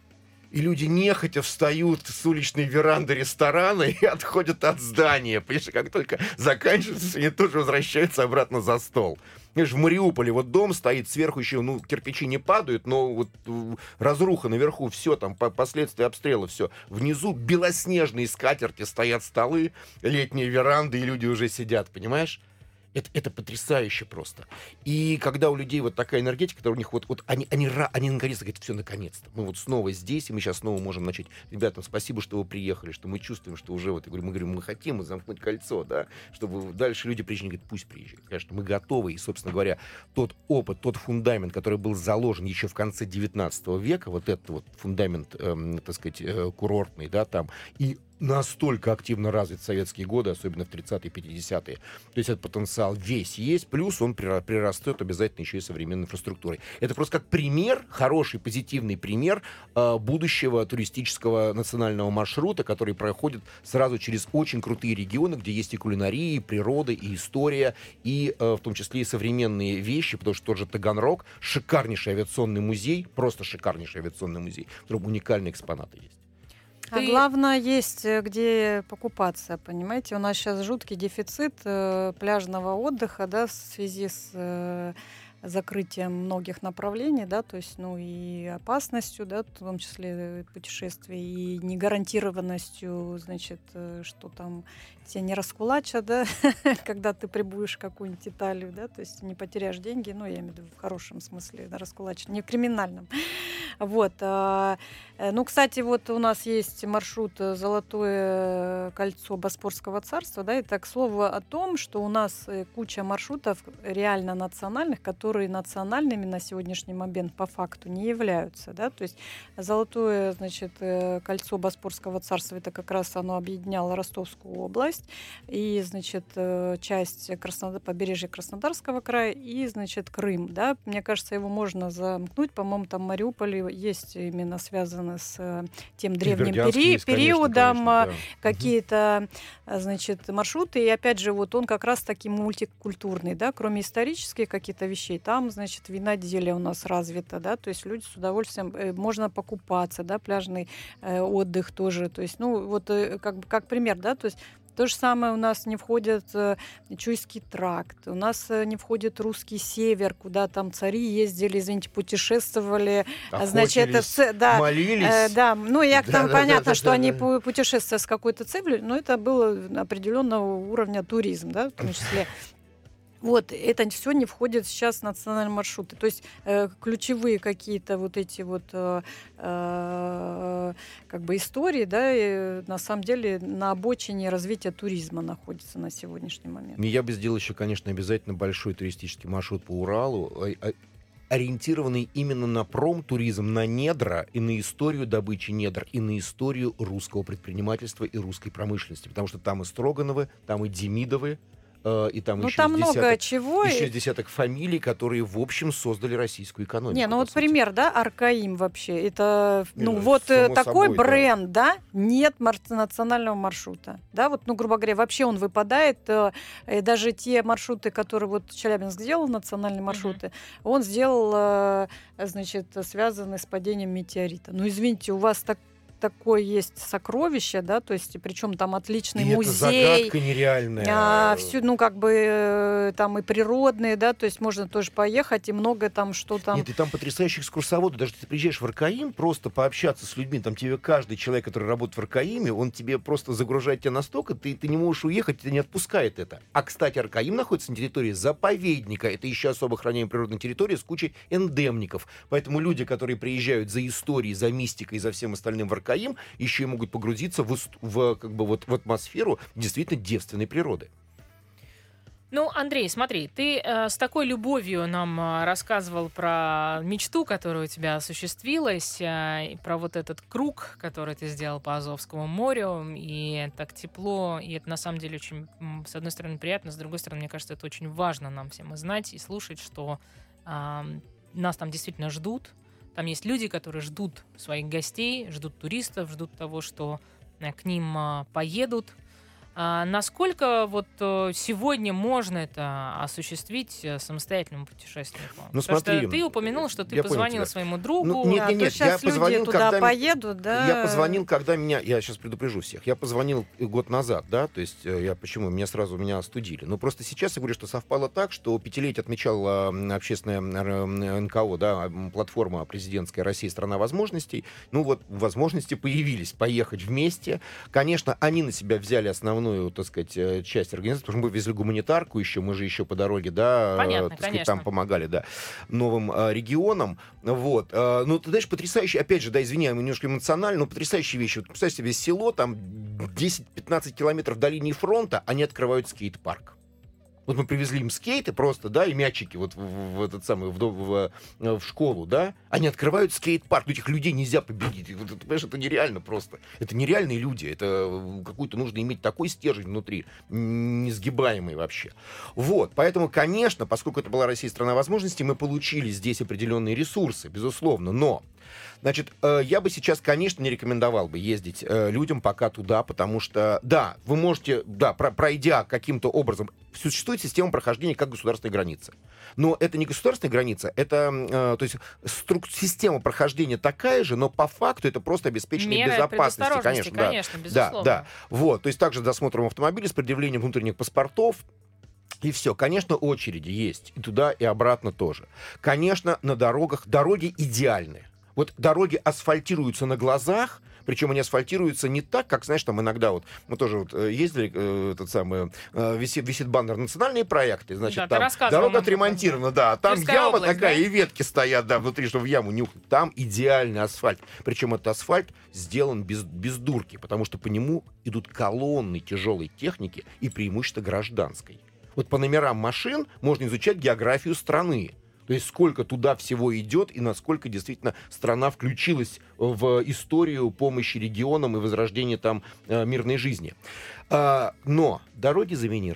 И люди нехотя встают с уличной веранды ресторана и отходят от здания. Понимаешь, как только заканчивается, они тоже возвращаются обратно за стол. Понимаешь, в Мариуполе вот дом стоит, сверху еще, ну, кирпичи не падают, но вот разруха наверху, все там, по- последствия обстрела, все. Внизу белоснежные скатерти, стоят столы, летние веранды, и люди уже сидят, понимаешь? Это, это потрясающе просто. И когда у людей вот такая энергетика, которая у них вот, вот они, они, они наконец-то говорят, все, наконец-то. Мы вот снова здесь, и мы сейчас снова можем начать. Ребята, спасибо, что вы приехали, что мы чувствуем, что уже вот, я говорю, мы говорим, мы хотим замкнуть кольцо, да, чтобы дальше люди приезжали, говорят, пусть приезжают. Конечно, мы готовы, и, собственно говоря, тот опыт, тот фундамент, который был заложен еще в конце девятнадцатого века, вот этот вот фундамент, эм, так сказать, э, курортный, да, там, и настолько активно развит в советские годы, особенно в тридцатые, пятидесятые. То есть этот потенциал весь есть, плюс он прирастет обязательно еще и современной инфраструктурой. Это просто как пример, хороший, позитивный пример э, будущего туристического национального маршрута, который проходит сразу через очень крутые регионы, где есть и кулинария, и природа, и история, и э, в том числе и современные вещи, потому что тот же Таганрог, шикарнейший авиационный музей, просто шикарнейший авиационный музей, в котором уникальные экспонаты есть. А Ты- главное, есть э, где покупаться, понимаете? У нас сейчас жуткий дефицит э, пляжного отдыха, да, в связи с э, закрытием многих направлений, да, то есть, ну, и опасностью, да, в том числе путешествий, и негарантированностью, значит, э, что там тебя не раскулачат, да, когда ты прибудешь в какую-нибудь Италию, да, то есть не потеряешь деньги, ну, я имею в виду в хорошем смысле, да, раскулачат, не в криминальном. Вот. а, э, Ну, кстати, вот у нас есть маршрут э, «Золотое кольцо Боспорского царства», да, это к слову о том, что у нас э, куча маршрутов реально национальных, которые национальными на сегодняшний момент по факту не являются, да, то есть «Золотое, значит, э, кольцо Боспорского царства» это как раз оно объединяло Ростовскую область и, значит, э, часть Краснодар... побережья Краснодарского края и, значит, Крым, да, мне кажется, его можно замкнуть, по-моему, там Мариуполь есть именно связано с э, тем древним Бердянск пери- есть, конечно, периодом, конечно, да. какие-то значит, маршруты. И опять же, вот он как раз таки мультикультурный, да, кроме исторических каких-то вещей, там, значит, виноделие у нас развито, да, то есть люди с удовольствием, э, можно покупаться, да, пляжный э, отдых тоже, то есть, ну, вот э, как бы как пример, да, то есть то же самое у нас не входит э, Чуйский тракт, у нас э, не входит Русский север, куда там цари ездили, извините, путешествовали, значит, это, ц- да, молились. Э, да, ну, я, Да, там да, понятно, да, да, что да, они да. путешествовали с какой-то целью, но это было определенного уровня туризм, да, в том числе. Вот, это все не входит сейчас в национальные маршруты. То есть э, ключевые какие-то вот эти вот э, э, как бы истории, да, и, на самом деле на обочине развития туризма находятся на сегодняшний момент. Я бы сделал еще, конечно, обязательно большой туристический маршрут по Уралу, а- а- ориентированный именно на промтуризм, на недра и на историю добычи недр, и на историю русского предпринимательства и русской промышленности. Потому что там и Строгановы, там и Демидовы, э, и там Ну, еще там с много десяток, чего. еще и- с десяток фамилий, которые, в общем, создали российскую экономику. Не, ну по вот сути. пример, да, Аркаим вообще. Это, ну, Э, вот э, само такой собой, да. бренд, да, нет мар- национального маршрута. Да, вот, ну, грубо говоря, вообще он выпадает. э, и даже те маршруты, которые вот Челябинск сделал, национальные маршруты, он сделал, э, значит, связанные с падением метеорита. Ну, извините, у вас так такое есть сокровище, да, то есть, причем там отличный И музей. это загадка нереальная. А, всю, ну, как бы э, там и природные, да, то есть можно тоже поехать, и много там что там. Нет, и там потрясающие экскурсоводы. Даже если ты приезжаешь в Аркаим, просто пообщаться с людьми, там тебе каждый человек, который работает в Аркаиме, он тебе просто загружает тебя настолько, ты, ты не можешь уехать, тебя не отпускает это. А, кстати, Аркаим находится на территории заповедника. Это еще особо охраняемая природная территория с кучей эндемников. Поэтому люди, которые приезжают за историей, за мистикой и за всем остальным в Аркаим, еще и могут погрузиться в, ист- в, как бы, вот, в атмосферу действительно девственной природы. Ну, Андрей, смотри, ты э, с такой любовью нам э, рассказывал про мечту, которая у тебя осуществилась, э, и про вот этот круг, который ты сделал по Азовскому морю, и так тепло, и это на самом деле очень, м, с одной стороны, приятно, с другой стороны, мне кажется, это очень важно нам всем и знать, и слушать, что э, нас там действительно ждут. Там есть люди, которые ждут своих гостей, ждут туристов, ждут того, что э, к ним э, поедут. А насколько вот э, сегодня можно это осуществить э, самостоятельному путешественнику? Ну, Потому смотри, что ты упомянул, что ты я понял позвонил тебя. своему другу. Ну, нет, Да, нет, то нет, сейчас я люди позвонил, туда когда... поедут, да. Я позвонил, когда меня... Я сейчас предупрежу всех. Я позвонил год назад, да, то есть э, я почему? Меня сразу меня остудили. Но просто сейчас я говорю, что совпало так, что пятилетие отмечала м, общественная м, эн ка о, да, м, платформа президентская «Россия. Страна возможностей». Ну вот возможности появились поехать вместе. Конечно, они на себя взяли основную, так сказать, э, часть организации, потому что мы везли гуманитарку еще, мы же еще по дороге, да, Понятно, э, так сказать, конечно. там помогали, да, новым э, регионам. Вот. Э, ну, ты знаешь, потрясающие, опять же, да, извиняюсь, немножко эмоционально, но потрясающие вещи. Вот представь себе село, там десять-пятнадцать километров до линии фронта, они открывают скейт-парк. Вот мы привезли им скейты просто, да, и мячики вот в, в- в этот самый, в, дом- в, в школу, да. Они открывают скейт-парк. Ну, этих людей нельзя победить. Вот, это, понимаешь, это нереально просто. Это нереальные люди. Это какую-то нужно иметь такой стержень внутри, н- несгибаемый вообще. Вот. Поэтому, конечно, поскольку это была Россия страна возможностей, мы получили здесь определенные ресурсы, безусловно. Но значит, э, я бы сейчас, конечно, не рекомендовал бы ездить э, людям пока туда, потому что, да, вы можете, да, про- пройдя каким-то образом, существует система прохождения как государственной границы. Но это не государственная граница, это, э, то есть, струк- система прохождения такая же, но по факту это просто обеспечение Меры безопасности, предосторожности, конечно, да. конечно, безусловно. Да, да. Вот, то есть также досмотром автомобиля с предъявлением внутренних паспортов. И все. Конечно, очереди есть. И туда, и обратно тоже. Конечно, на дорогах дороги идеальны. Вот дороги асфальтируются на глазах, причем они асфальтируются не так, как, знаешь, там иногда вот мы тоже вот э, ездили, э, этот самый, э, висит, висит баннер «Национальные проекты», значит, Да, ты там рассказывал дорога нам отремонтирована, да, а там Тверская яма область, такая, да? и ветки стоят, да, внутри, чтобы в яму нюхать. Там идеальный асфальт. Причем этот асфальт сделан без, без дурки, потому что по нему идут колонны тяжелой техники и преимущество гражданской. Вот по номерам машин можно изучать географию страны. То есть сколько туда всего идет и насколько действительно страна включилась в историю помощи регионам и возрождения там э, мирной жизни. А, но дороги заминированы.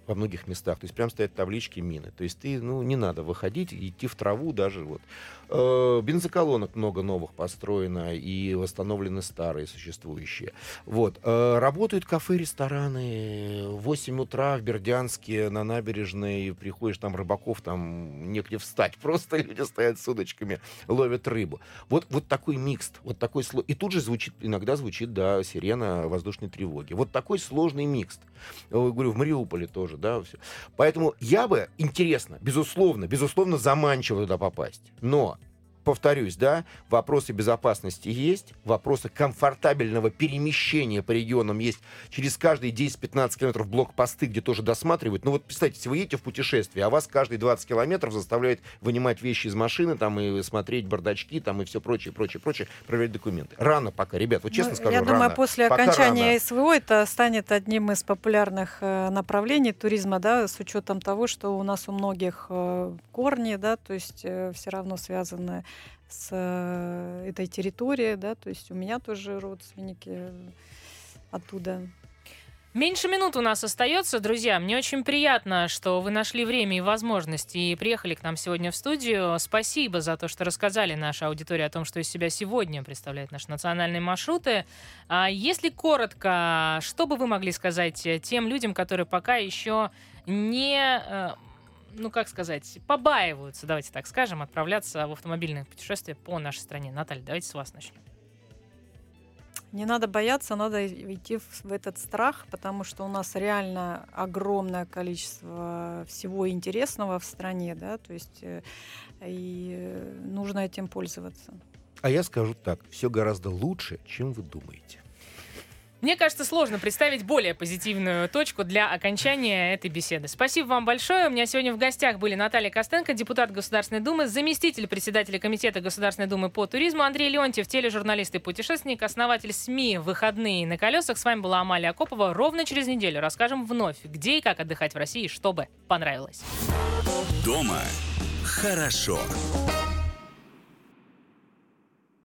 во многих местах. То есть прям стоят таблички мины. То есть ты, ну, не надо выходить, идти в траву даже. Вот. Э, бензоколонок много новых построено и восстановлены старые существующие. Вот. Э, работают кафе, рестораны. В восемь утра в Бердянске на набережной приходишь, там рыбаков, там негде встать. Просто люди стоят с удочками, ловят рыбу. Вот, вот такой микс, вот такой сло... И тут же звучит, иногда звучит, да, сирена воздушной тревоги. Вот такой сложный микс. Я говорю, в Мариуполе тоже, да, все. Поэтому я бы, интересно, безусловно, безусловно, заманчиво туда попасть. Но, повторюсь, да, вопросы безопасности есть, вопросы комфортабельного перемещения по регионам есть. Через каждые десять-пятнадцать километров блокпосты, где тоже досматривают. Ну вот, представьте, если вы едете в путешествие, а вас каждые двадцать километров заставляют вынимать вещи из машины, там, и смотреть бардачки, там, и все прочее, прочее, прочее, проверять документы. Рано пока, ребят, вот честно ну, скажу, я рано. думаю, после пока окончания рано. СВО это станет одним из популярных э, направлений туризма, да, с учетом того, что у нас у многих э, корни, да, то есть э, все равно связаны с э, этой территорией, да, то есть у меня тоже родственники оттуда. Меньше минут у нас остается, друзья. Мне очень приятно, что вы нашли время и возможность и приехали к нам сегодня в студию. Спасибо за то, что рассказали нашей аудитории о том, что из себя сегодня представляют наши национальные маршруты. А если коротко, что бы вы могли сказать тем людям, которые пока еще не... ну, как сказать, побаиваются, давайте так скажем, отправляться в автомобильное путешествие по нашей стране? Наталья, давайте с вас начнем. Не надо бояться, надо идти в, в этот страх, потому что у нас реально огромное количество всего интересного в стране, да, то есть э, и нужно этим пользоваться. А я скажу так, все гораздо лучше, чем вы думаете. Мне кажется, сложно представить более позитивную точку для окончания этой беседы. Спасибо вам большое. У меня сегодня в гостях были Наталья Костенко, депутат Государственной Думы, заместитель председателя Комитета Государственной Думы по туризму, Андрей Леонтьев, тележурналист и путешественник, основатель СМИ «Выходные на колесах». С вами была Амалия Акопова. Ровно через неделю расскажем вновь, где и как отдыхать в России, чтобы понравилось. Дома хорошо.